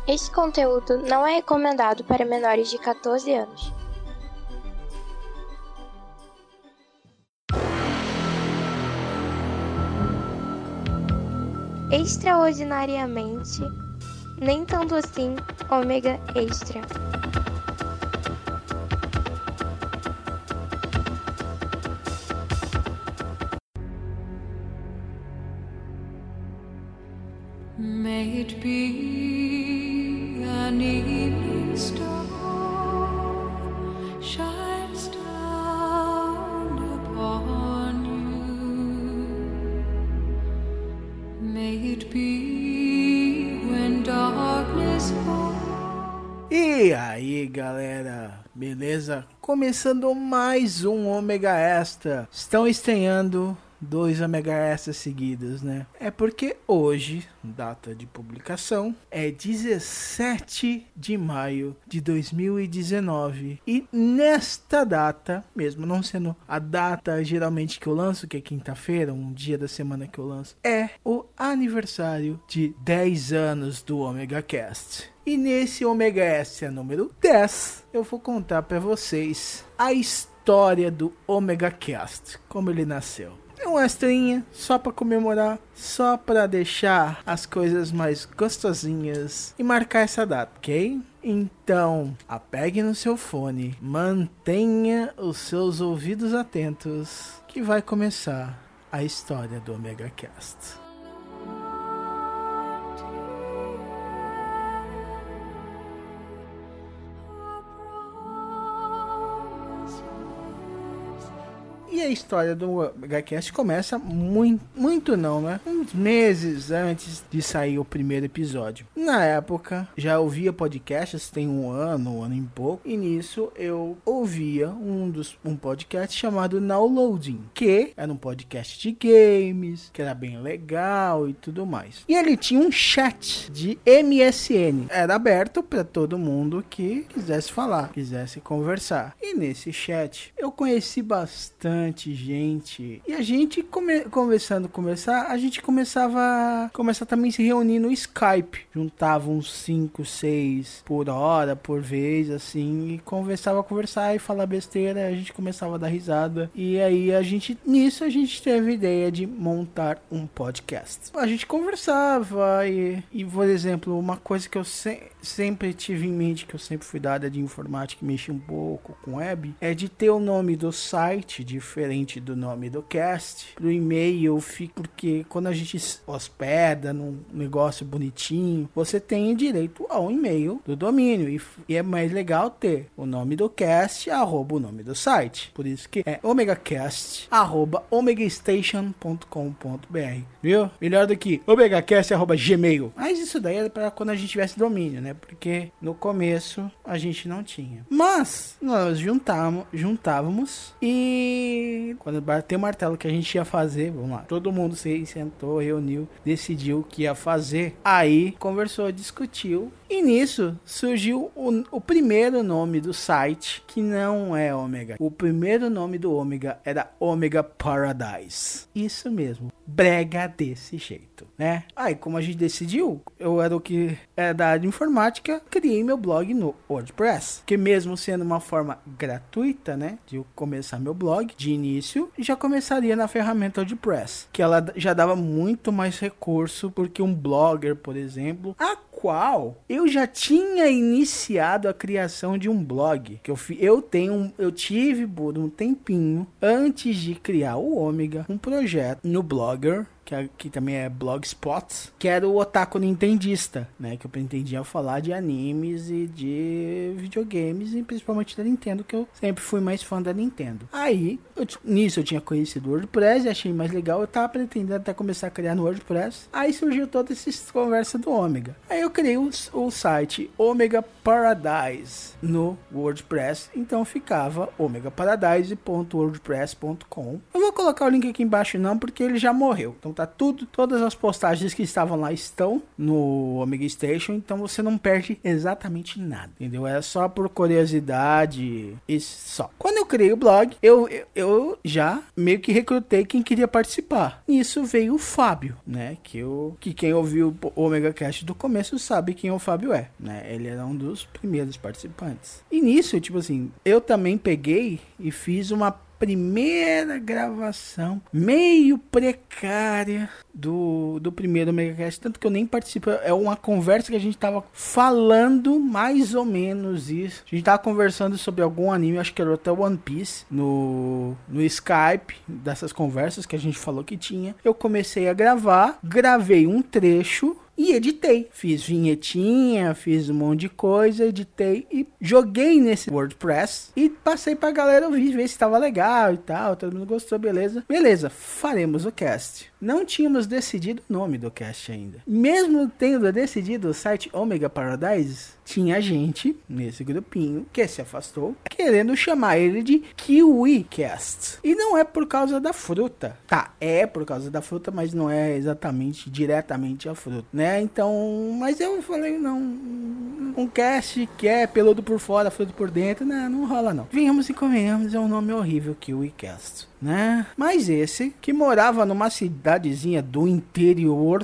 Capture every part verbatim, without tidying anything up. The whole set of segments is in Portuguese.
Este conteúdo não é recomendado para menores de catorze anos. Extraordinariamente, nem tanto assim, ômega extra. May it be an evening star shines down upon you. May it be when darkness falls. E aí, galera, beleza? Começando mais um Ômega Extra. Estão estreando dois Ômega Extra seguidos, né? É porque hoje, data de publicação, é dezessete de maio de dois mil e dezenove. E nesta data, mesmo não sendo a data geralmente que eu lanço, que é quinta-feira, um dia da semana que eu lanço, é o aniversário de dez anos do Ômega Cast. E nesse Ômega Extra número dez, eu vou contar para vocês a história do Ômega Cast, como ele nasceu. É um extrinha, só para comemorar, só para deixar as coisas mais gostosinhas e marcar essa data, ok? Então, apegue no seu fone, mantenha os seus ouvidos atentos, que vai começar a história do Ômega Cast. E a história do Ômega Cast começa muito, muito não, né? Uns meses antes de sair o primeiro episódio. Na época, já ouvia podcasts, tem um ano, um ano e pouco. E nisso eu ouvia um, dos, um podcast chamado Downloading, que era um podcast de games, que era bem legal e tudo mais. E ele tinha um chat de M S N. Era aberto para todo mundo que quisesse falar, quisesse conversar. E nesse chat eu conheci bastante gente, e a gente come, conversando, conversar, a gente começava começar também a se reunir no Skype, juntava uns cinco, seis por hora, por vez, assim, e conversava, conversar e falar besteira, a gente começava a dar risada, e aí a gente, nisso a gente teve a ideia de montar um podcast. A gente conversava e, e por exemplo, uma coisa que eu se, sempre tive em mente, que eu sempre fui da área de informática, que mexi um pouco com web, é de ter o nome do site diferente do nome do cast pro e-mail, porque quando a gente hospeda num negócio bonitinho, você tem direito ao e-mail do domínio, e, e é mais legal ter o nome do cast arroba o nome do site, por isso que é omegacast arroba omegastation ponto com ponto br, viu? Melhor do que omegacast arroba gmail, mas isso daí é para quando a gente tivesse domínio, né? Porque no começo a gente não tinha, mas nós juntávamos, juntávamos e quando bateu o martelo que a gente ia fazer, vamos lá, todo mundo se sentou, reuniu, decidiu o que ia fazer, aí conversou, discutiu, e nisso surgiu o, o primeiro nome do site, que não é Ômega. O primeiro nome do Ômega era Ômega Paradise. Isso mesmo, brega desse jeito, né? Aí, como a gente decidiu, eu era o que era da área de informática, criei meu blog no WordPress, que mesmo sendo uma forma gratuita, né, de eu começar meu blog, de início, já começaria na ferramenta WordPress, que ela já dava muito mais recurso, porque um blogger, por exemplo, a qual eu já tinha iniciado a criação de um blog, que eu, eu tenho, eu tive por um tempinho, antes de criar o Ômega, um projeto no Blogger, que, é, que também é Blogspot, que era o Otaku Nintendista, né, que eu pretendia falar de animes e de videogames, e principalmente da Nintendo, que eu sempre fui mais fã da Nintendo. Aí, eu, nisso eu tinha conhecido o WordPress e achei mais legal, eu tava pretendendo até começar a criar no WordPress, aí surgiu toda essa conversa do Ômega. Aí eu criei o, o site Ômega Paradise no WordPress, então ficava omega paradise ponto wordpress ponto com. Eu vou colocar o link aqui embaixo não, porque ele já morreu, então tá tudo, todas as postagens que estavam lá estão no Omega Station, então você não perde exatamente nada, entendeu? É só por curiosidade e só. Quando eu criei o blog, eu, eu, eu já meio que recrutei quem queria participar. Nisso veio o Fábio, né? Que, eu, que quem ouviu o Omega Cast do começo sabe quem o Fábio é, né? Ele era um dos primeiros participantes. E nisso, tipo assim, eu também peguei e fiz uma primeira gravação meio precária do, do primeiro MegaCast, tanto que eu nem participo, é uma conversa que a gente tava falando mais ou menos isso, a gente tava conversando sobre algum anime, acho que era até One Piece, no, no Skype, dessas conversas que a gente falou que tinha. Eu comecei a gravar, gravei um trecho e editei, fiz vinhetinha, fiz um monte de coisa, editei e joguei nesse WordPress e passei pra galera ouvir, ver se tava legal e tal, todo mundo gostou, beleza. Beleza, faremos o cast. Não tínhamos decidido o nome do cast ainda. Mesmo tendo decidido o site Omega Paradise, tinha gente nesse grupinho que se afastou, querendo chamar ele de KiwiCast. E não é por causa da fruta. Tá, é por causa da fruta, mas não é exatamente, diretamente a fruta, né? Então, mas eu falei, não, um cast que é peludo por fora, fruto por dentro, não, não rola não. Venhamos e convenhamos, é um nome horrível, KiwiCast, né? Mas esse, que morava numa cidadezinha do interior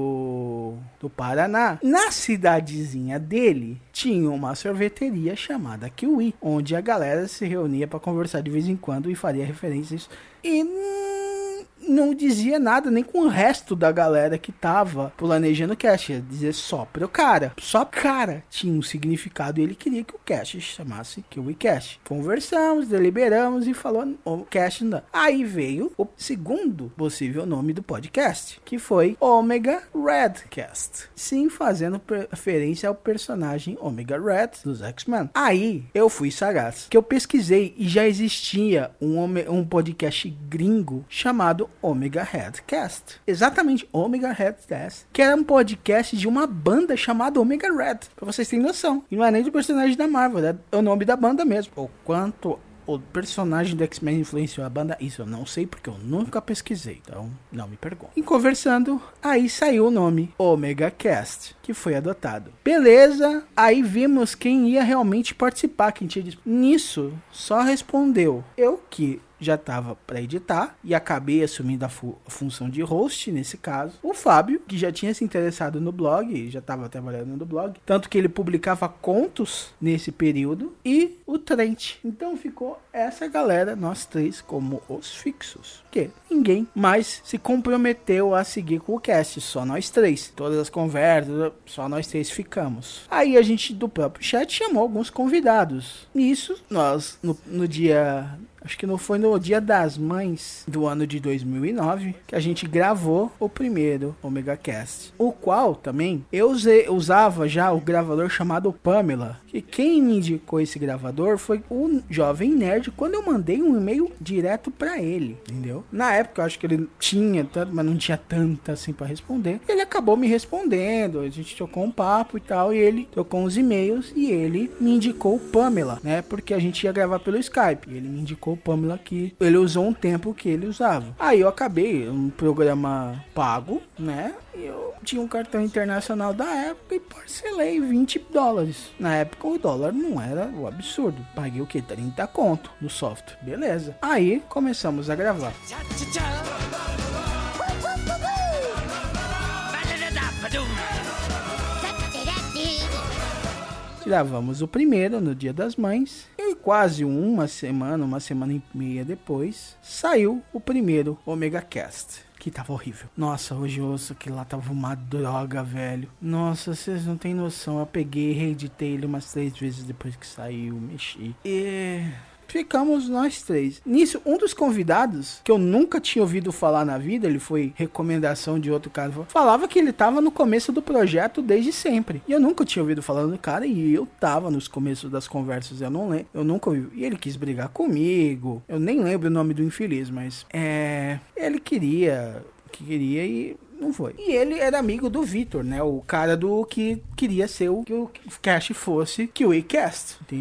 do, do Paraná, na cidadezinha dele tinha uma sorveteria chamada Kiwi, onde a galera se reunia para conversar de vez em quando e faria referências e hum, não dizia nada nem com o resto da galera que tava planejando o cast, ia dizer só pro cara, só cara tinha um significado e ele queria que o cast chamasse KiwiCast. Conversamos, deliberamos e falou o cast não. Aí veio o segundo possível nome do podcast, que foi Omega Redcast, sim, fazendo referência ao personagem Omega Red dos X-Men. Aí eu fui sagaz, que eu pesquisei e já existia um, um podcast gringo chamado Omega Redcast. Exatamente, Omega Redcast, que era um podcast de uma banda chamada Omega Red, pra vocês terem noção. E não é nem do personagem da Marvel, é o nome da banda mesmo. O quanto o personagem do X-Men influenciou a banda, isso eu não sei porque eu nunca pesquisei, então não me pergunte. E conversando, aí saiu o nome Omega Cast, que foi adotado. Beleza, aí vimos quem ia realmente participar, quem tinha... Nisso, só respondeu eu que já estava para editar e acabei assumindo a, fu- a função de host nesse caso. O Fábio, que já tinha se interessado no blog, já estava trabalhando no blog, tanto que ele publicava contos nesse período, e o Trent. Então ficou essa galera, nós três, como os fixos, que ninguém mais se comprometeu a seguir com o cast, só nós três. Todas as conversas, só nós três ficamos. Aí a gente do próprio chat chamou alguns convidados. Nisso, nós, no, no dia... Acho que não foi no Dia das Mães do ano de dois mil e nove que a gente gravou o primeiro Omega Cast. O qual também eu usei, usava já o gravador chamado Pamela. E quem me indicou esse gravador foi o Jovem Nerd, quando eu mandei um e-mail direto pra ele, entendeu? Na época eu acho que ele tinha tanto, mas não tinha tanto assim pra responder. Ele acabou me respondendo, a gente trocou um papo e tal, e ele trocou uns e-mails e ele me indicou Pamela, né? Porque a gente ia gravar pelo Skype. E ele me indicou o Pamela, que ele usou um tempo que ele usava. Aí eu acabei um programa pago, né? E eu tinha um cartão internacional da época e parcelei vinte dólares. Na época o dólar não era o absurdo. Paguei o que? trinta conto no software. Beleza. Aí começamos a gravar. Gravamos o primeiro no Dia das Mães e quase uma semana, uma semana e meia depois, saiu o primeiro Omega Cast, que tava horrível. Nossa, hoje eu ouço que lá tava uma droga, velho. Nossa, vocês não tem noção. Eu peguei e reeditei ele umas três vezes depois que saiu, mexi. E... ficamos nós três. Nisso, um dos convidados, que eu nunca tinha ouvido falar na vida, ele foi recomendação de outro cara, falava que ele tava no começo do projeto desde sempre. E eu nunca tinha ouvido falar do cara, e eu tava nos começos das conversas, eu não lembro, eu nunca ouvi. E ele quis brigar comigo, eu nem lembro o nome do infeliz, mas é... ele queria, que queria e... não foi. E ele era amigo do Vitor, né? O cara do que queria ser o que o cast fosse KiwiCast, entendeu?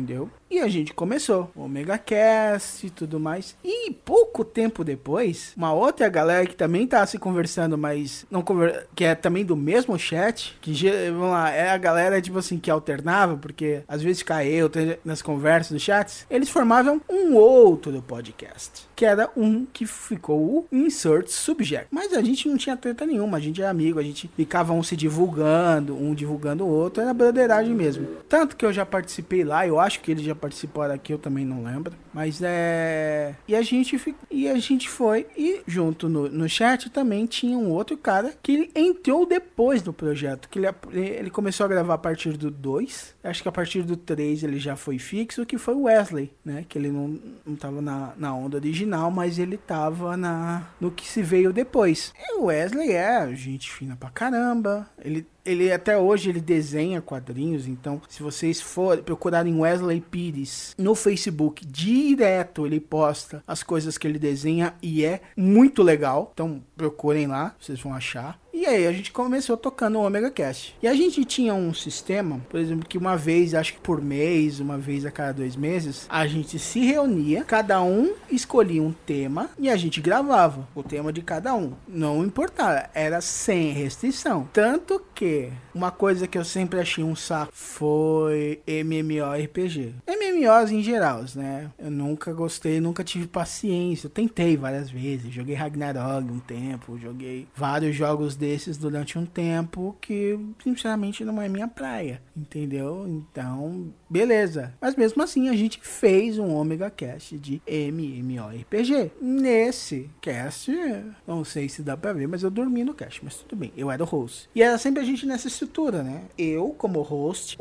E a gente começou o Omega Cast e tudo mais. E pouco tempo depois, uma outra galera que também tá se conversando, mas não conver... que é também do mesmo chat, que vamos lá, é a galera tipo assim que alternava, porque às vezes ficava eu nas conversas dos chats, eles formavam um outro podcast, que era um que ficou o Insert Subject. Mas a gente não tinha treta nenhuma, a gente era amigo, a gente ficava um se divulgando, um divulgando o outro, era broderagem mesmo. Tanto que eu já participei lá, eu acho que ele já participou aqui, eu também não lembro. Mas é... E a gente, fi... e a gente foi, e junto no, no chat também tinha um outro cara que ele entrou depois do projeto, que ele, ele começou a gravar a partir do dois, acho que a partir do três ele já foi fixo, que foi o Wesley, né? Que ele não, não tava na, na onda original, mas ele tava na, no que se veio depois. E o Wesley é gente fina pra caramba, ele... Ele até hoje ele desenha quadrinhos, então se vocês forem procurarem Wesley Pires no Facebook, direto ele posta as coisas que ele desenha e é muito legal. Então procurem lá, vocês vão achar. E aí a gente começou tocando o Omega Cast. E a gente tinha um sistema, por exemplo, que uma vez, acho que por mês, uma vez a cada dois meses, a gente se reunia, cada um escolhia um tema e a gente gravava o tema de cada um. Não importava, era sem restrição. Tanto que uma coisa que eu sempre achei um saco foi MMORPG. M M Os em geral, né? Eu nunca gostei, nunca tive paciência. Eu tentei várias vezes, joguei Ragnarok um tempo, joguei vários jogos desses durante um tempo que, sinceramente, não é minha praia, entendeu? Então, beleza. Mas mesmo assim, a gente fez um Omega Cast de MMORPG. Nesse cast, não sei se dá pra ver, mas eu dormi no cast, mas tudo bem, eu era o host. E era sempre a gente nessa estrutura, né? Eu, como host,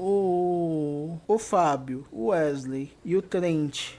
o, o Fábio, o Wesley e o Trent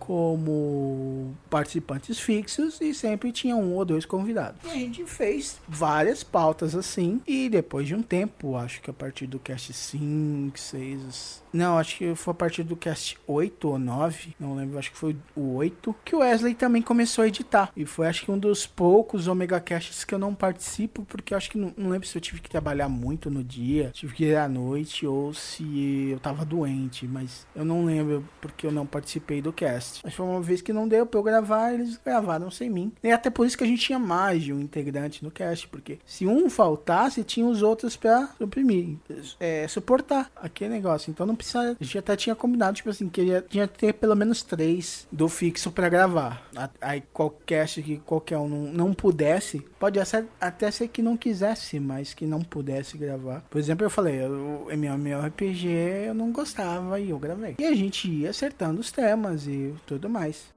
como participantes fixos, e sempre tinha um ou dois convidados. E a gente fez várias pautas assim, e depois de um tempo, acho que a partir do cast cinco, seis, não, acho que foi a partir do cast oito ou nove, não lembro, acho que foi o oito, que o Wesley também começou a editar, e foi acho que um dos poucos Omega Casts que eu não participo, porque eu acho que não, não lembro se eu tive que trabalhar muito no dia, tive que ir à noite, ou se eu tava doente, mas eu não lembro porque eu não participei do cast. Mas foi uma vez que não deu pra eu gravar, eles gravaram sem mim, e até por isso que a gente tinha mais de um integrante no cast, porque se um faltasse, tinha os outros pra suprimir, é, suportar aquele negócio. Então não precisava, a gente até tinha combinado, tipo assim, queria tinha que ter pelo menos três do fixo pra gravar. Aí qualquer que qualquer um não, não pudesse, pode até ser que não quisesse, mas que não pudesse gravar. Por exemplo, eu falei, o MMORPG eu não gostava e eu gravei. E a gente ia acertando os temas e tudo mais.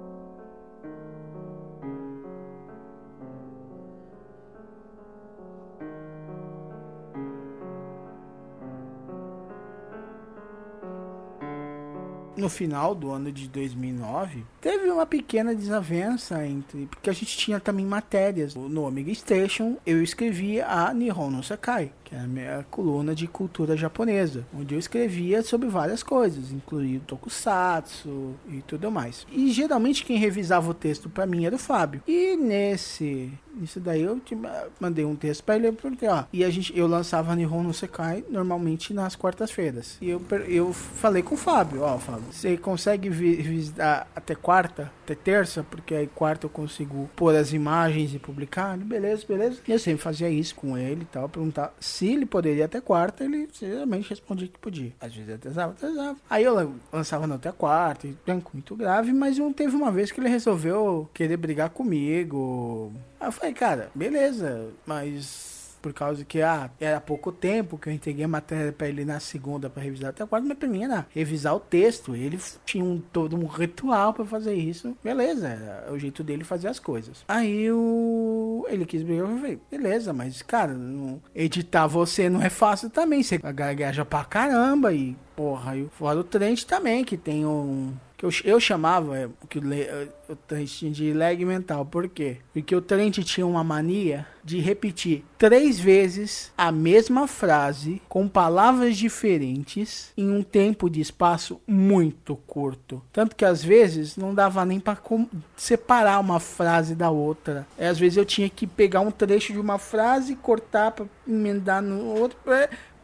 No final do ano de dois mil e nove, teve uma pequena desavença entre... Porque a gente tinha também matérias. No Omega Station, eu escrevia a Nihon no Sekai, que é a minha coluna de cultura japonesa, onde eu escrevia sobre várias coisas, incluindo Tokusatsu e tudo mais. E geralmente quem revisava o texto pra mim era o Fábio. E nesse... Isso daí eu te mandei um texto pra ele, porque, ó, e a gente, eu lançava Nihon no Sekai normalmente nas quartas-feiras. E eu, eu falei com o Fábio, ó, Fábio, você consegue visitar até quarta, até terça, porque aí quarta eu consigo pôr as imagens e publicar, beleza, beleza. E eu sempre fazia isso com ele e tal, perguntar se ele poderia até quarta, ele geralmente respondia que podia. Às vezes atrasava, atrasava. Aí eu lançava não até quarta, e tranco muito grave, mas não teve uma vez que ele resolveu querer brigar comigo. Aí eu falei, cara, beleza, mas por causa que ah, era pouco tempo que eu entreguei a matéria pra ele na segunda pra revisar até a quarta, mas pra mim era revisar o texto. Ele tinha um, todo um ritual pra fazer isso. Beleza, era o jeito dele fazer as coisas. Aí o... ele quis brigar, eu falei, beleza, mas cara, não... editar você não é fácil também. Você gagueja pra caramba e porra, e fora o Trent também, que tem um... que eu, eu chamava o que o Trent de lag mental. Por quê? Porque o Trent tinha uma mania de repetir três vezes a mesma frase com palavras diferentes em um tempo de espaço muito curto. Tanto que às vezes não dava nem para separar uma frase da outra. É, às vezes eu tinha que pegar um trecho de uma frase, cortar para emendar no outro, para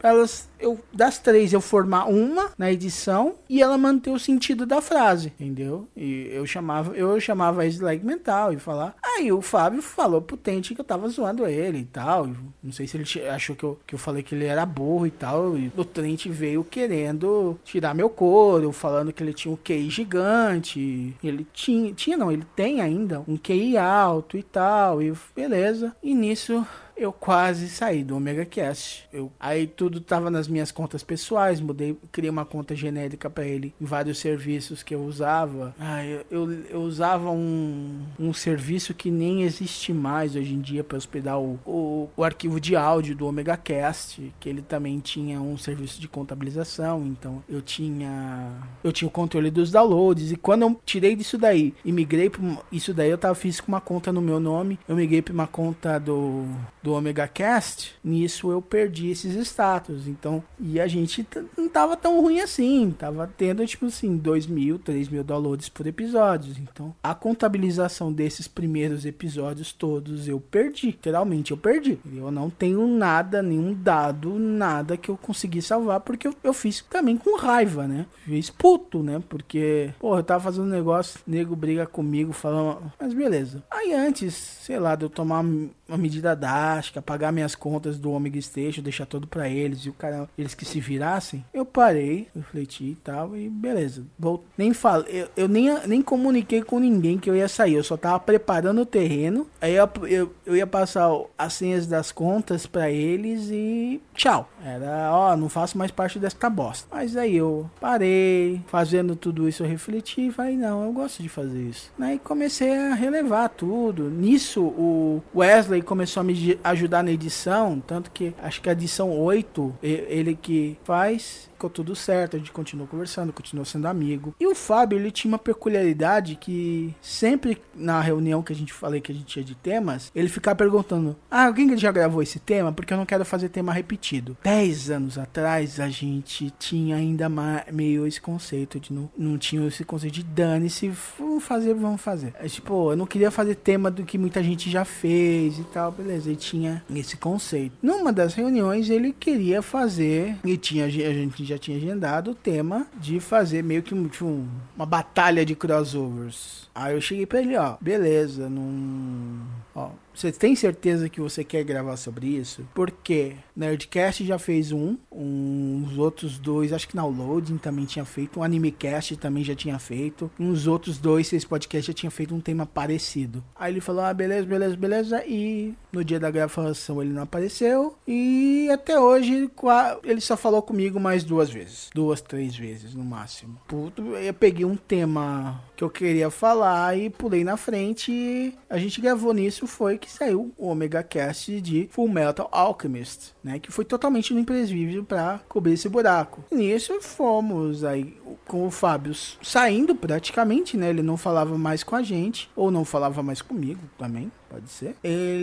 elas, eu, das três eu formar uma na edição e ela manter o sentido da frase, entendeu? E eu chamava, eu chamava a slag mental e falar. Aí o Fábio falou pro Tente que eu tava zoando ele e tal. Não sei se ele achou que eu, que eu falei que ele era burro e tal. E o Tente veio querendo tirar meu couro, falando que ele tinha um Q I gigante. Ele tinha, tinha não, ele tem ainda um Q I alto e tal. E beleza. E nisso eu quase saí do OmegaCast. Eu, aí tudo tava nas minhas contas pessoais, mudei, criei uma conta genérica para ele em vários serviços que eu usava. Ah, eu, eu, eu usava um, um serviço que nem existe mais hoje em dia para hospedar o, o, o arquivo de áudio do OmegaCast, que ele também tinha um serviço de contabilização, então eu tinha eu tinha o controle dos downloads, e quando eu tirei disso daí e migrei para isso daí, eu tava fiz com uma conta no meu nome, eu migrei para uma conta do do OmegaCast, nisso eu perdi esses status, então, e a gente t- não tava tão ruim assim, tava tendo, tipo assim, dois mil, três mil downloads por episódio, então, a contabilização desses primeiros episódios todos eu perdi, literalmente eu perdi, eu não tenho nada, nenhum dado, nada que eu consegui salvar, porque eu, eu fiz também com raiva, né, fiz puto, né, porque, pô, eu tava fazendo um negócio, nego briga comigo, falando, mas beleza, aí antes, sei lá, de eu tomar uma medida drástica, pagar minhas contas do Omega Station, deixar tudo pra eles e o cara, eles que se virassem, eu parei, refleti e tal, e beleza. Vou, nem falei, eu, eu nem, nem comuniquei com ninguém que eu ia sair, eu só tava preparando o terreno, aí eu, eu, eu ia passar as senhas das contas pra eles e tchau. Era, ó, não faço mais parte desta bosta. Mas aí eu parei, fazendo tudo isso eu refleti e falei, não, eu gosto de fazer isso. Aí comecei a relevar tudo. Nisso, o Wesley começou a me ajudar na edição, tanto que acho que a edição oito, ele que faz, ficou tudo certo, a gente continuou conversando, continuou sendo amigo. E o Fábio, ele tinha uma peculiaridade que sempre na reunião que a gente falei que a gente tinha de temas, ele ficava perguntando, ah, alguém que já gravou esse tema? Porque eu não quero fazer tema repetido. Dez anos atrás, a gente tinha ainda mais, meio esse conceito de não, não tinha esse conceito de dane-se, vamos fazer, vamos fazer. É, tipo, eu não queria fazer tema do que muita gente já fez e tal, beleza, ele tinha esse conceito. Numa das reuniões, ele queria fazer, e tinha, a gente já tinha agendado o tema de fazer meio que um, tipo, uma batalha de crossovers. Aí eu cheguei pra ele, ó, beleza, não... Ó, você tem certeza que você quer gravar sobre isso? Porque Nerdcast já fez um, um, os outros dois, acho que Downloading também tinha feito, um Animecast também já tinha feito, uns outros dois, seis podcasts já tinha feito um tema parecido. Aí ele falou, ah, beleza, beleza, beleza, e no dia da gravação ele não apareceu, e até hoje ele só falou comigo mais duas vezes, duas, três vezes no máximo. Puto, eu peguei um tema que eu queria falar e pulei na frente e a gente gravou nisso, foi que saiu o OmegaCast de Full Metal Alchemist, né, que foi totalmente no imprevisível para cobrir esse buraco. E nisso fomos aí com o Fábio saindo praticamente, né, ele não falava mais com a gente, ou não falava mais comigo também, pode ser.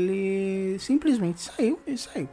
Ele simplesmente saiu e saiu.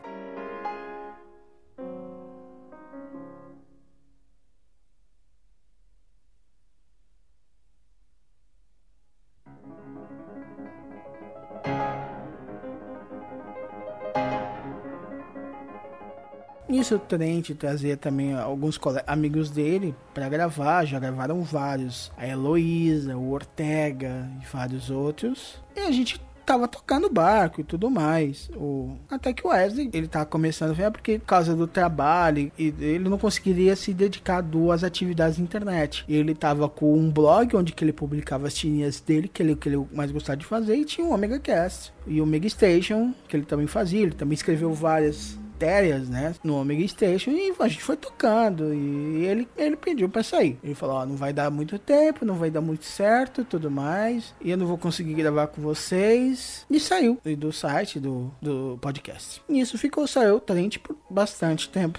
Nisso o Trent trazia também alguns amigos dele para gravar, já gravaram vários. A Heloísa, o Ortega e vários outros. E a gente tava tocando barco e tudo mais. O... Até que o Wesley, ele tava começando a ver, porque por causa do trabalho, e ele não conseguiria se dedicar a duas atividades na internet. Ele tava com um blog onde que ele publicava as tirinhas dele, que ele, que ele mais gostava de fazer, e tinha o OmegaCast. E o Omega Station, que ele também fazia, ele também escreveu várias matérias, né, no Omega Station, e a gente foi tocando, e ele, ele pediu pra sair. Ele falou, ó, não vai dar muito tempo, não vai dar muito certo, tudo mais, e eu não vou conseguir gravar com vocês, e saiu do site, do, do podcast. Nisso ficou, saiu o Trent por bastante tempo também.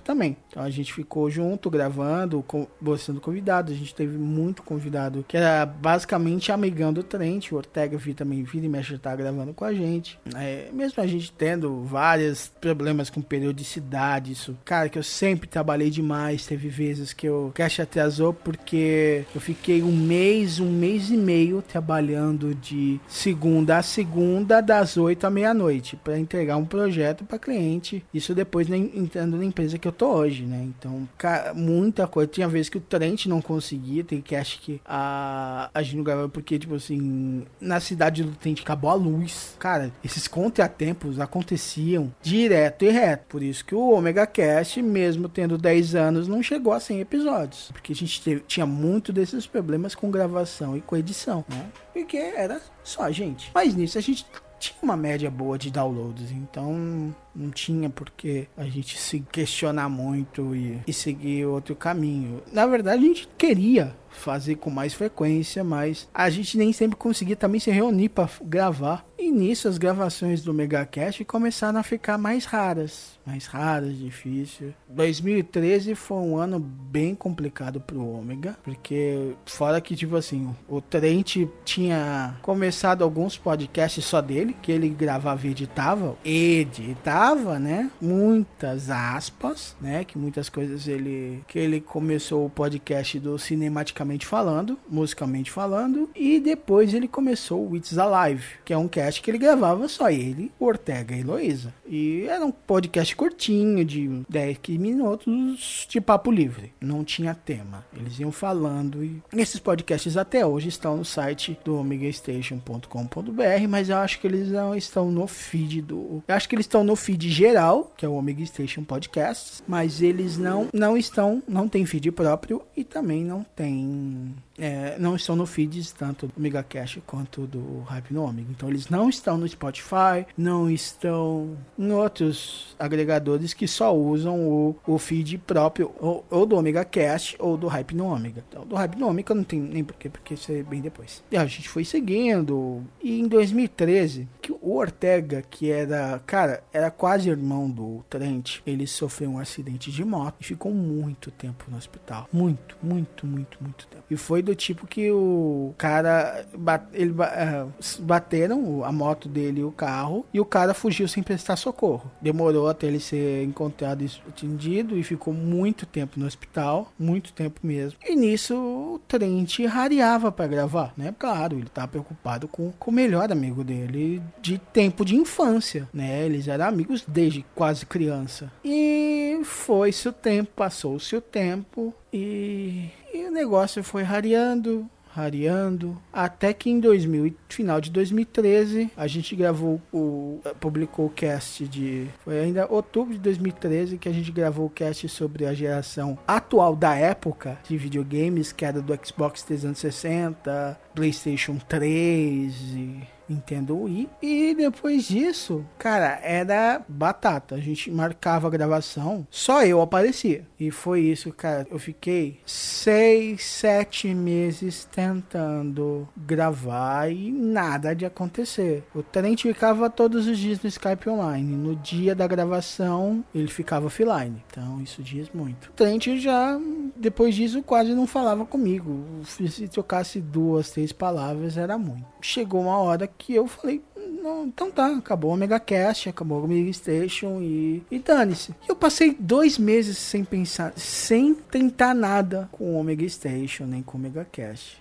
Então a gente ficou junto, gravando, com, sendo convidado. A gente teve muito convidado, que era basicamente amigão do Trent. O Ortega vi também, vira e mexe, tá gravando com a gente. É, mesmo a gente tendo vários problemas com periodicidade, isso, cara, que eu sempre trabalhei demais. Teve vezes que o cast atrasou porque eu fiquei um mês, um mês e meio trabalhando de segunda a segunda, das oito à meia-noite, para entregar um projeto para cliente. Isso depois nem entrando na empresa que eu tô hoje, né? Então, cara, muita coisa. Tinha vezes que o Trent não conseguia, tem cast que a, a gente não gravava porque, tipo assim, na cidade do Trent acabou a luz. Cara, esses contratempos aconteciam direto e reto. Por isso que o Omega Cast, mesmo tendo dez anos, não chegou a cem episódios. Porque a gente teve, tinha muito desses problemas com gravação e com edição, né? Porque era só a gente. Mas nisso a gente tinha uma média boa de downloads, então não tinha por que a gente se questionar muito e, e seguir outro caminho. Na verdade, a gente queria fazer com mais frequência, mas a gente nem sempre conseguia também se reunir para gravar. E nisso as gravações do MegaCast começaram a ficar mais raras, mais raras, difícil. dois mil e treze foi um ano bem complicado pro Ômega, porque fora que, tipo assim, o Trent tinha começado alguns podcasts só dele, que ele gravava e editava, editava, né? Muitas aspas, né? Que muitas coisas ele, que ele começou o podcast do Cinematicamente Falando, musicalmente falando, e depois ele começou o It's Alive, que é um cast que ele gravava só ele, o Ortega e a Heloísa. E era um podcast curtinho, de dez minutos, de papo livre. Não tinha tema. Eles iam falando e esses podcasts até hoje estão no site do omega station ponto com ponto b r, mas eu acho que eles não estão no feed do... Eu acho que eles estão no feed geral, que é o Omega Station Podcasts, mas eles não, não estão, não tem feed próprio e também não tem... É, não estão no feeds tanto do MegaCast quanto do Hype no Omega. Então eles não estão no Spotify, não estão em outros agregadores que só usam o, o feed próprio ou, ou do OmegaCast ou do Hype no Omega. Então do Hype no Omega não tem nem porquê, porque isso é bem depois. E a gente foi seguindo. E em dois mil e treze, que o Ortega, que era, cara, era quase irmão do Trent, ele sofreu um acidente de moto e ficou muito tempo no hospital. Muito, muito, muito, muito tempo. E foi do tipo que o cara, ele, bateram a moto dele e o carro, e o cara fugiu sem prestar socorro. Demorou até ele ser encontrado e atendido e ficou muito tempo no hospital, muito tempo mesmo. E nisso o Trent rareava para gravar, né? Claro, ele tava preocupado com, com o melhor amigo dele de tempo de infância, né? Eles eram amigos desde quase criança. E foi-se o tempo, passou-se o tempo e... E o negócio foi rareando, rareando, até que em dois mil, final de dois mil e treze, a gente gravou o, publicou o cast de, foi ainda outubro de dois mil e treze que a gente gravou o cast sobre a geração atual da época de videogames, que era do Xbox trezentos e sessenta, PlayStation três e Nintendo Wii. E depois disso, cara, era batata. A gente marcava a gravação, só eu aparecia. E foi isso, cara. Eu fiquei seis, sete meses tentando gravar e nada de acontecer. O Trent ficava todos os dias no Skype online. No dia da gravação, ele ficava offline. Então, isso diz muito. O Trent já, depois disso, quase não falava comigo. Se trocasse duas, três palavras, era muito. Chegou uma hora que eu falei, não, então tá, acabou o MegaCast, acabou o Omega Station e, e dane-se. E eu passei dois meses sem pensar, sem tentar nada com o Omega Station, nem com o MegaCast.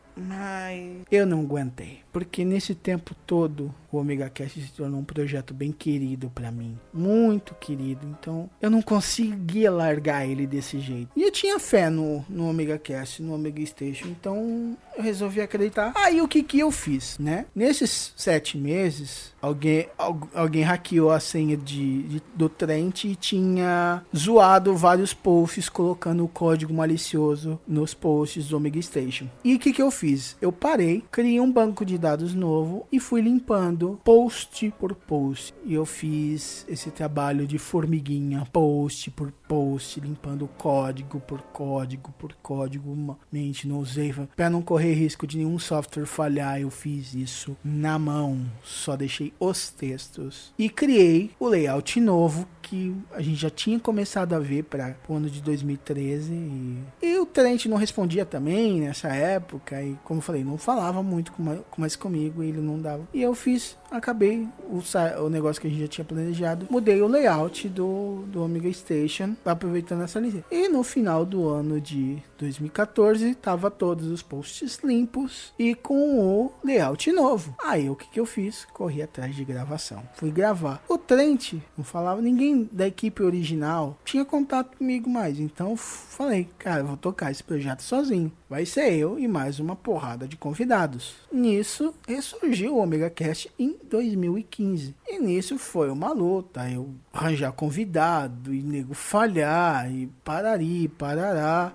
Mas eu não aguentei, porque nesse tempo todo o OmegaCast se tornou um projeto bem querido pra mim, muito querido, então eu não conseguia largar ele desse jeito. E eu tinha fé no, no OmegaCast, no Omega Station, então eu resolvi acreditar. Aí o que que eu fiz, né? Nesses sete meses, alguém, alguém hackeou a senha de, de, do Trent e tinha zoado vários posts colocando o código malicioso nos posts do Omega Station. E o que que eu fiz? Eu parei, criei um banco de dados novo e fui limpando limpando post por post. E eu fiz esse trabalho de formiguinha, post por post, limpando código por código por código. Mente, não usei para não correr risco de nenhum software falhar. Eu fiz isso na mão, só deixei os textos e criei o layout novo que a gente já tinha começado a ver para o ano de dois mil e treze e, e o Trent não respondia também nessa época e, como eu falei, não falava muito com mais, com mais comigo, ele não dava. E eu fiz, acabei o, o negócio que a gente já tinha planejado, mudei o layout do, do Omega Station, aproveitando essa licença. E no final do ano de dois mil e quatorze, tava todos os posts limpos e com o layout novo. Aí o que que eu fiz? Corri atrás de gravação. Fui gravar. O Trent, não falava, ninguém da equipe original tinha contato comigo mais. Então falei, cara, eu vou tocar esse projeto sozinho. Vai ser eu e mais uma porrada de convidados. Nisso, ressurgiu o Omega Cast em dois mil e quinze. E nisso foi uma luta. Eu arranjar convidado e nego falhar e parari, parará.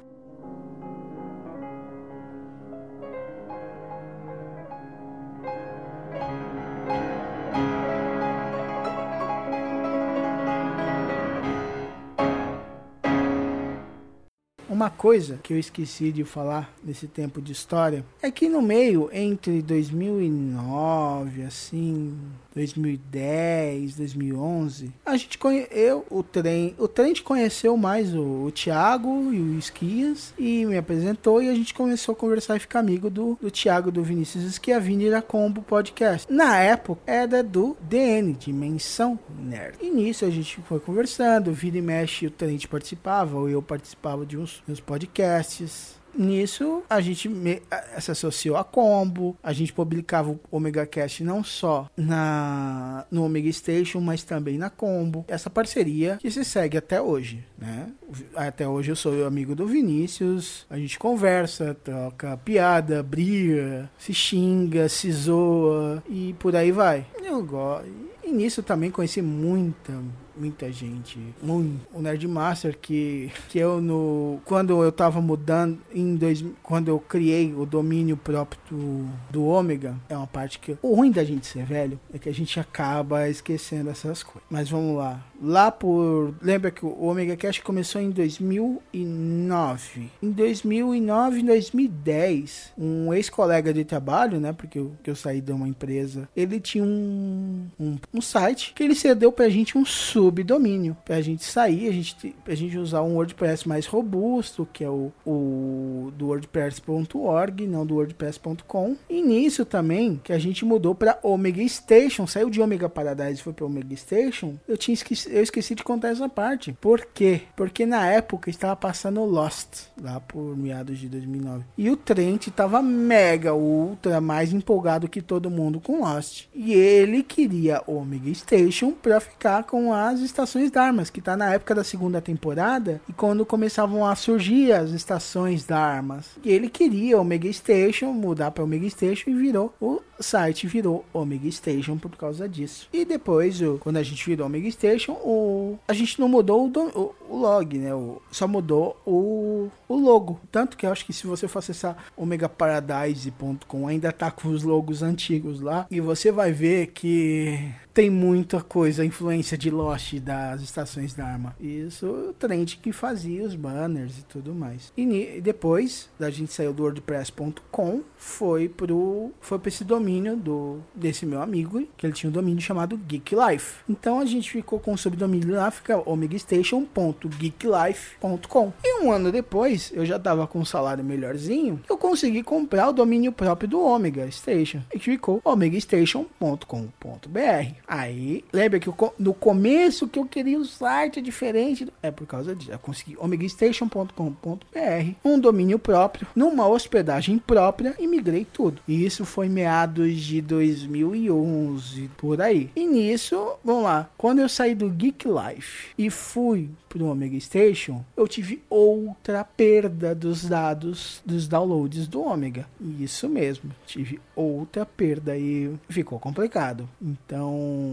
Uma coisa que eu esqueci de falar nesse tempo de história é que no meio, entre dois mil e nove, assim, dois mil e dez, dois mil e onze, a gente conhe... eu, o Trem, o Trent conheceu mais o, o Thiago e o Esquias e me apresentou e a gente começou a conversar e ficar amigo do, do Thiago, do Vinícius Schiavini da Combo Podcast. Na época era do D N, Dimensão Nerd. E nisso a gente foi conversando, vira e mexe, o Trent participava, ou eu participava de uns, uns podcasts. Nisso, a gente me, a, se associou à Combo, a gente publicava o Omega Cast não só na, no Omega Station, mas também na Combo. Essa parceria que se segue até hoje, né? Até hoje eu sou amigo do Vinícius, a gente conversa, troca piada, briga, se xinga, se zoa e por aí vai. Eu gosto. E nisso também conheci muita, muita gente. Muito. O Nerdmaster que, que eu no... Quando eu tava mudando, em dois, quando eu criei o domínio próprio do, do Ômega, é uma parte que... O ruim da gente ser velho é que a gente acaba esquecendo essas coisas. Mas vamos lá. Lá por... Lembra que o Omega Cast começou em dois mil e nove. Em dois mil e nove, dois mil e dez, um ex-colega de trabalho, né? Porque eu, que eu saí de uma empresa, ele tinha um... um um site que ele cedeu pra gente um subdomínio pra gente sair, a gente, pra gente usar um WordPress mais robusto, que é o, o do wordpress ponto org, não do wordpress ponto com. E nisso também que a gente mudou pra Omega Station, saiu de Omega Paradise e foi pra Omega Station. Eu tinha esqueci, eu esqueci de contar essa parte. Por quê? Porque na época estava passando Lost, lá por meados de dois mil e nove. E o Trent tava mega, ultra, mais empolgado que todo mundo com Lost. E ele queria o Omega Station para ficar com as estações Dharmas, que tá na época da segunda temporada e quando começavam a surgir as estações Dharmas. E ele queria o Omega Station, mudar para Omega Station e virou o site, virou Omega Station por causa disso. E depois, o, quando a gente virou Omega Station, o, a gente não mudou o, o, o log, né? O, só mudou o, o logo. Tanto que eu acho que se você for acessar omega paradise ponto com, ainda tá com os logos antigos lá. E você vai ver que tem muita coisa, influência de Lost das estações Dharma. Isso o Trent que fazia os banners e tudo mais. E, e depois, a gente saiu do wordpress ponto com, foi pro foi para esse domínio do, desse meu amigo, que ele tinha um domínio chamado Geek Life. Então a gente ficou com o subdomínio lá, fica omega station ponto geek life ponto com. E um ano depois, eu já tava com um salário melhorzinho, eu consegui comprar o domínio próprio do Omega Station, e que ficou omega station ponto com ponto b r. Aí, lembra que eu, no começo que eu queria um site diferente, é por causa disso, eu consegui omega station ponto com ponto b r, um domínio próprio, numa hospedagem própria, e migrei tudo. E isso foi meados de dois mil e onze, por aí. E nisso, vamos lá, quando eu saí do Geek Life e fui pro Omega Station, eu tive outra perda dos dados, dos downloads do Omega. Isso mesmo, tive outra perda e ficou complicado. Então,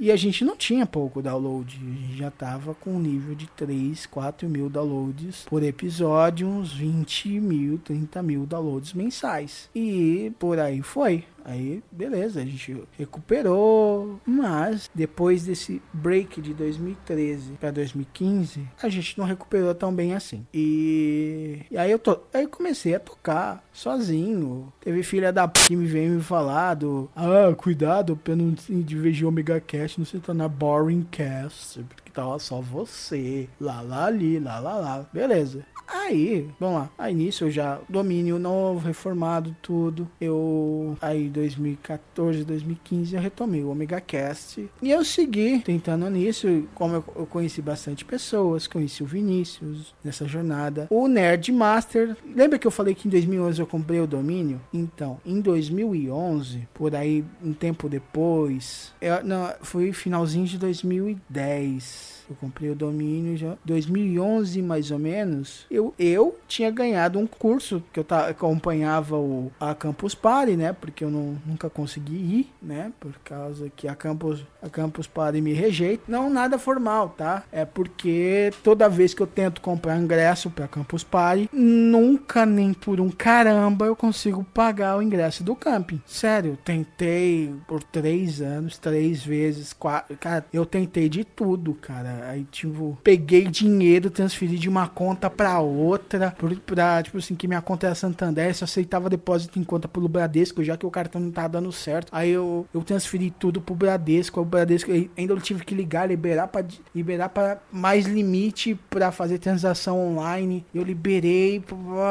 E a gente não tinha pouco download, a gente já tava com um nível de três, quatro mil downloads por episódio, uns vinte mil, trinta mil downloads mensais. E por aí foi. Aí, beleza, a gente recuperou, mas depois desse break de dois mil e treze para dois mil e quinze, a gente não recuperou tão bem assim. E, e aí eu tô, aí comecei a tocar sozinho. Teve filha da p que me veio me falar do, ah, cuidado pra não, de vez de Omega Cast, não se tornar Boring Cast, porque tava só você, lá, lá, ali, lá, lá, lá, beleza. Aí, vamos lá, aí nisso eu já, domínio novo, reformado, tudo, eu, aí dois mil e quatorze, dois mil e quinze eu retomei o Omega Cast, e eu segui tentando nisso, como eu, eu conheci bastante pessoas, conheci o Vinícius nessa jornada, o Nerd Master, lembra que eu falei que em dois mil e onze eu comprei o domínio? Então, em dois mil e onze, por aí um tempo depois, eu, não, foi finalzinho de dois mil e dez, eu comprei o domínio já. dois mil e onze, mais ou menos, eu, eu tinha ganhado um curso que eu ta, acompanhava o, a Campus Party, né? Porque eu não, nunca consegui ir, né? Por causa que a Campus, a Campus Party me rejeita. Não, nada formal, tá? É porque toda vez que eu tento comprar ingresso pra Campus Party, nunca, nem por um caramba, eu consigo pagar o ingresso do camping. Sério, tentei por três anos, três vezes, quatro. Cara, eu tentei de tudo, cara. Aí, tipo, peguei dinheiro, transferi de uma conta pra outra, por, pra, tipo assim, que minha conta era Santander, só aceitava depósito em conta pelo Bradesco, já que o cartão não tava dando certo. Aí eu, eu transferi tudo pro Bradesco, o Bradesco, ainda eu tive que ligar, liberar pra, liberar pra mais limite pra fazer transação online. Eu liberei,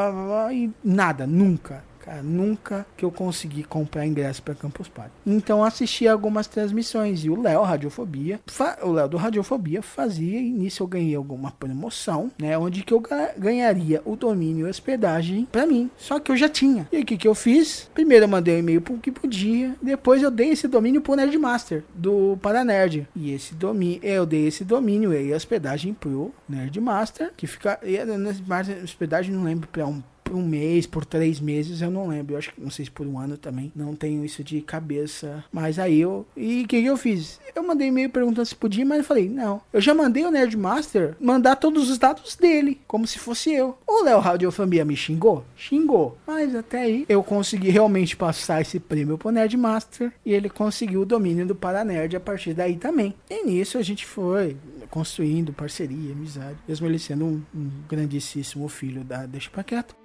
e nada, nunca. Cara, nunca que eu consegui comprar ingresso para Campus Party. Então assisti algumas transmissões e o Léo Radiofobia, fa- o Léo do Radiofobia fazia, e nisso eu ganhei alguma promoção, né, onde que eu ga- ganharia o domínio e hospedagem para mim. Só que eu já tinha. E o que que eu fiz? Primeiro eu mandei um e-mail pro que podia, depois eu dei esse domínio pro Nerdmaster do Paranerd. E esse domínio, eu dei esse domínio e hospedagem pro Nerdmaster, que fica, e Nerdmaster hospedagem não lembro para um por um mês, por três meses, eu não lembro. Eu acho que, não sei se por um ano também. Não tenho isso de cabeça. Mas aí eu... E o que, que eu fiz? Eu mandei e-mail perguntando se podia, mas eu falei, não. Eu já mandei o Nerdmaster mandar todos os dados dele, como se fosse eu. O Léo Radiofobia me xingou? Xingou. Mas até aí, eu consegui realmente passar esse prêmio pro Nerdmaster, e ele conseguiu o domínio do Paranerd a partir daí também. E nisso a gente foi construindo parceria, amizade. Mesmo ele sendo um, um grandíssimo filho da Deixa Pra Quieto.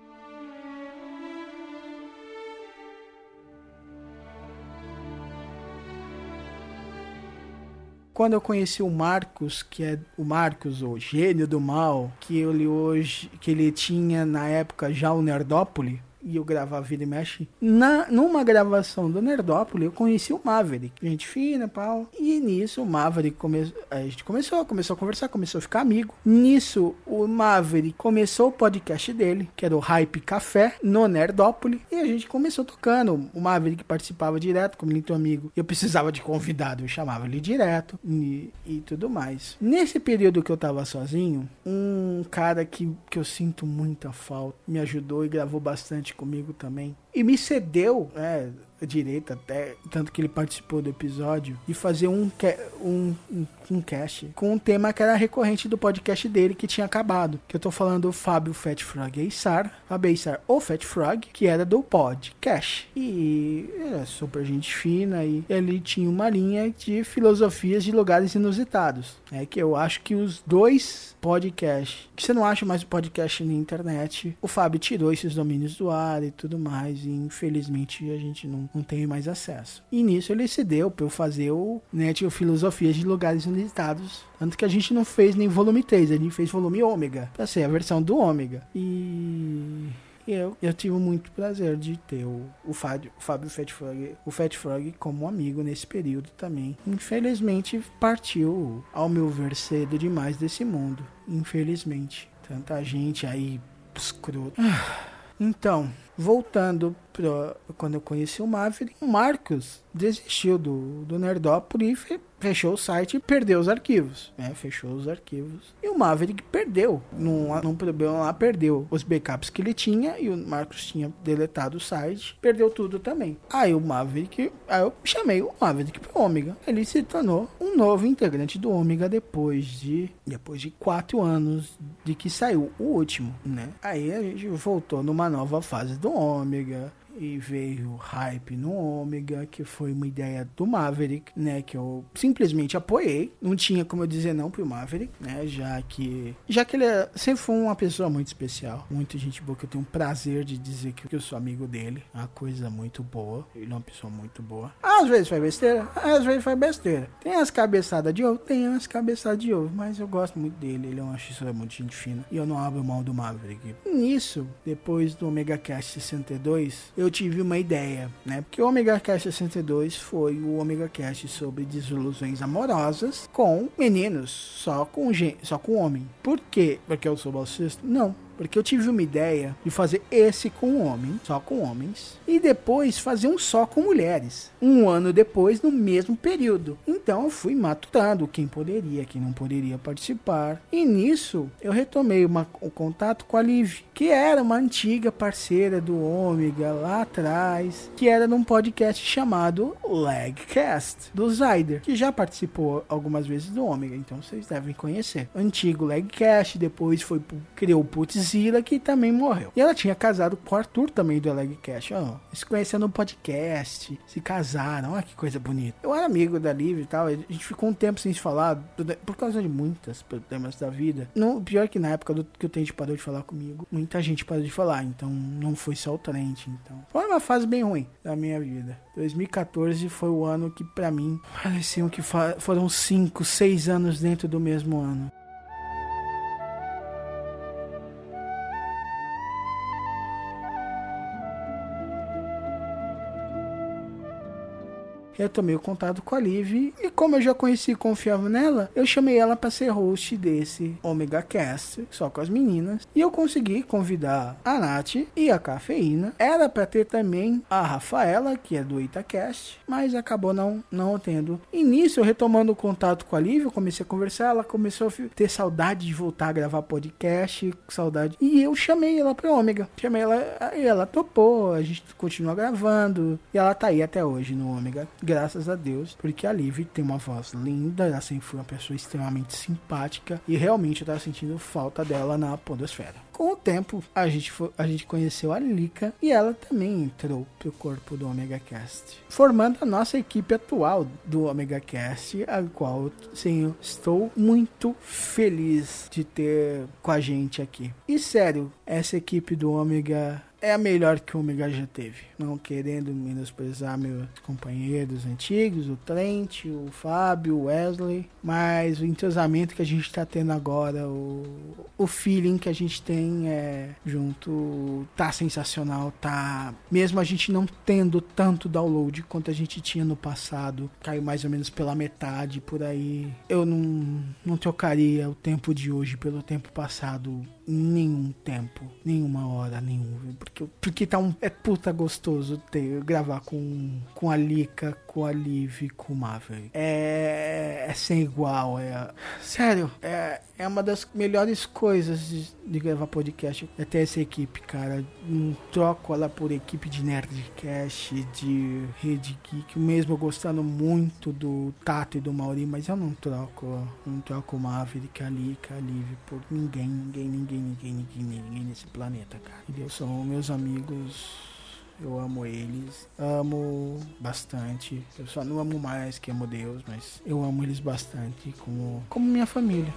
Quando eu conheci o Marcos, que é o Marcos, o gênio do mal, que ele hoje, que ele tinha na época já o Nerdópolis, e eu gravava Vira e Mexe, na, numa gravação do Nerdópolis, eu conheci o Maverick, gente fina, pau, e nisso o Maverick começou, a gente começou, começou a conversar, começou a ficar amigo. Nisso, o Maverick começou o podcast dele, que era o Hype Café, no Nerdópolis, e a gente começou tocando. O Maverick participava direto, como muito amigo, eu precisava de convidado, eu chamava ele direto, e, e tudo mais. Nesse período que eu tava sozinho, um cara que, que eu sinto muita falta, me ajudou e gravou bastante comigo também, e me cedeu, é, direito até, tanto que ele participou do episódio, de fazer um, um, um, um cast com um tema que era recorrente do podcast dele, que tinha acabado, que eu tô falando do Fábio Fat Frog Eissar, Fábio Eissar, o Fat Frog, que era do podcast, e era super gente fina, e ele tinha uma linha de filosofias de lugares inusitados, é que eu acho que os dois podcasts, que você não acha mais o podcast na internet, o Fábio tirou esses domínios do ar e tudo mais, e infelizmente a gente não não tem mais acesso. E nisso ele se deu pra eu fazer o Net né, Filosofias de Lugares Inusitados. Tanto que a gente não fez nem volume três, a gente fez volume Ômega, pra ser a versão do Ômega. E... Eu, eu tive muito prazer de ter o, o, Fábio, o Fábio Fat Frog, o Fat Frog como amigo nesse período também. Infelizmente partiu, ao meu ver, cedo demais desse mundo. Infelizmente. Tanta gente aí escroto. Então, voltando para quando eu conheci o Maverick, o Marcos desistiu do, do Nerdópolis e fechou o site e perdeu os arquivos, né? Fechou os arquivos. E o Maverick perdeu, num, num problema lá, perdeu os backups que ele tinha e o Marcos tinha deletado o site, perdeu tudo também. Aí o Maverick, aí eu chamei o Maverick pro Ômega. Ele se tornou um novo integrante do Ômega depois de, depois de quatro anos de que saiu o último, né? Aí a gente voltou numa nova fase do Ômega. E veio hype no Ômega, que foi uma ideia do Maverick, né, que eu simplesmente apoiei. Não tinha como eu dizer não pro Maverick, né, já que já que ele é, sempre foi uma pessoa muito especial, muita gente boa, que eu tenho um prazer de dizer que eu sou amigo dele, uma coisa muito boa, ele é uma pessoa muito boa. Às vezes faz besteira, às vezes faz besteira. Tem as cabeçadas de ovo, tem as cabeçadas de ovo, mas eu gosto muito dele, ele é uma pessoa muito gente fina, e eu não abro mão do Maverick. Nisso, depois do Omega Cast sessenta e dois, eu tive uma ideia, né? Porque o Omega Cast sessenta e dois foi o Omega Cast sobre desilusões amorosas com meninos, só com gente, só com homem. Por quê? Porque eu sou bolsista? Não. Porque eu tive uma ideia de fazer esse com homem, só com homens, e depois fazer um só com mulheres, um ano depois, no mesmo período. Então eu fui matutando quem poderia, quem não poderia participar. E nisso eu retomei uma, o contato com a Liv, que era uma antiga parceira do Ômega lá atrás, que era num podcast chamado Lagcast, do Zyder, que já participou algumas vezes do Ômega, então vocês devem conhecer. Antigo Lagcast, depois foi criou o Putz Zila, que também morreu. E ela tinha casado com o Arthur também do Lagcast. Oh, se conheceram no podcast, se casaram, olha que coisa bonita. Eu era amigo da Liv e tal, a gente ficou um tempo sem se falar, por causa de muitos problemas da vida. No, pior que na época do, que o Trent parou de falar comigo, muita gente parou de falar, então não foi só o Trent, então. Foi uma fase bem ruim da minha vida. dois mil e quatorze foi o ano que pra mim pareciam que foram cinco, seis anos dentro do mesmo ano. Eu tomei o contato com a Liv e como eu já conheci e confiava nela, eu chamei ela para ser host desse Omega Cast, só com as meninas. E eu consegui convidar a Nath e a Cafeína. Era para ter também a Rafaela, que é do Itacast, mas acabou não, não tendo. E nisso, eu retomando o contato com a Liv, eu comecei a conversar, ela começou a ter saudade de voltar a gravar podcast, saudade. E eu chamei ela para Ômega. Chamei ela e ela topou, a gente continua gravando. E ela tá aí até hoje no Ômega. Graças a Deus, porque a Liv tem uma voz linda, ela sempre foi uma pessoa extremamente simpática e realmente eu tava sentindo falta dela na podosfera. Com o tempo, a gente, foi, a gente conheceu a Lika e ela também entrou pro corpo do Omega Cast, formando a nossa equipe atual do Omega Cast, a qual, sim, estou muito feliz de ter com a gente aqui. E sério, essa equipe do Omega é a melhor que o Omega já teve. Não querendo menosprezar meus companheiros antigos, o Trent, o Fábio, o Wesley, mas o entrosamento que a gente tá tendo agora, o, o feeling que a gente tem é, junto, tá sensacional, tá... Mesmo a gente não tendo tanto download quanto a gente tinha no passado, caiu mais ou menos pela metade, por aí. Eu não, não trocaria o tempo de hoje pelo tempo passado, nenhum tempo, nenhuma hora, nenhum, porque, porque tá um, é puta gostoso ter, gravar com, com a Lika, com a Liv, com o Maverick. É, é sem igual, é, sério, é, é uma das melhores coisas de, de gravar podcast, é ter essa equipe, cara. Não troco ela por equipe de Nerdcast, de Rede Geek, mesmo eu gostando muito do Tato e do Mauri, mas eu não troco, não troco o Maverick, a Lika, a Liv por ninguém, ninguém, ninguém, ninguém, ninguém, ninguém nesse planeta, cara. Eles são meus amigos, eu amo eles, amo bastante. Eu só não amo mais que amo Deus, mas eu amo eles bastante como, como minha família.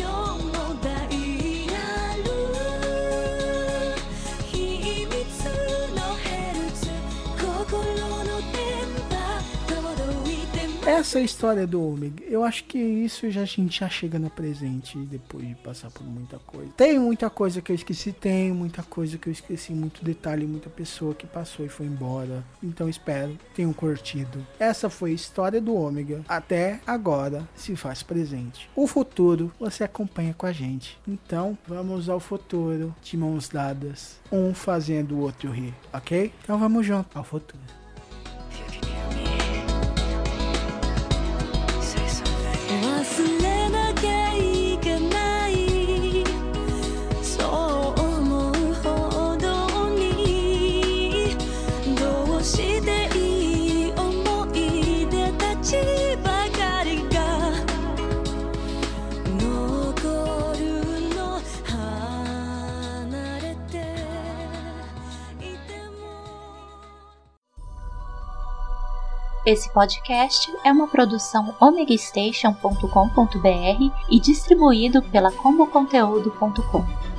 Essa é a história do Ômega. Eu acho que isso já, a gente já chega no presente depois de passar por muita coisa. Tem muita coisa que eu esqueci, tem muita coisa que eu esqueci, muito detalhe, muita pessoa que passou e foi embora. Então espero tenham curtido. Essa foi a história do Ômega. Até agora se faz presente. O futuro você acompanha com a gente. Então vamos ao futuro de mãos dadas, um fazendo o outro rir, ok? Então vamos junto ao futuro. Say so. Esse podcast é uma produção omega station ponto com ponto b r e distribuído pela combo conteúdo ponto com.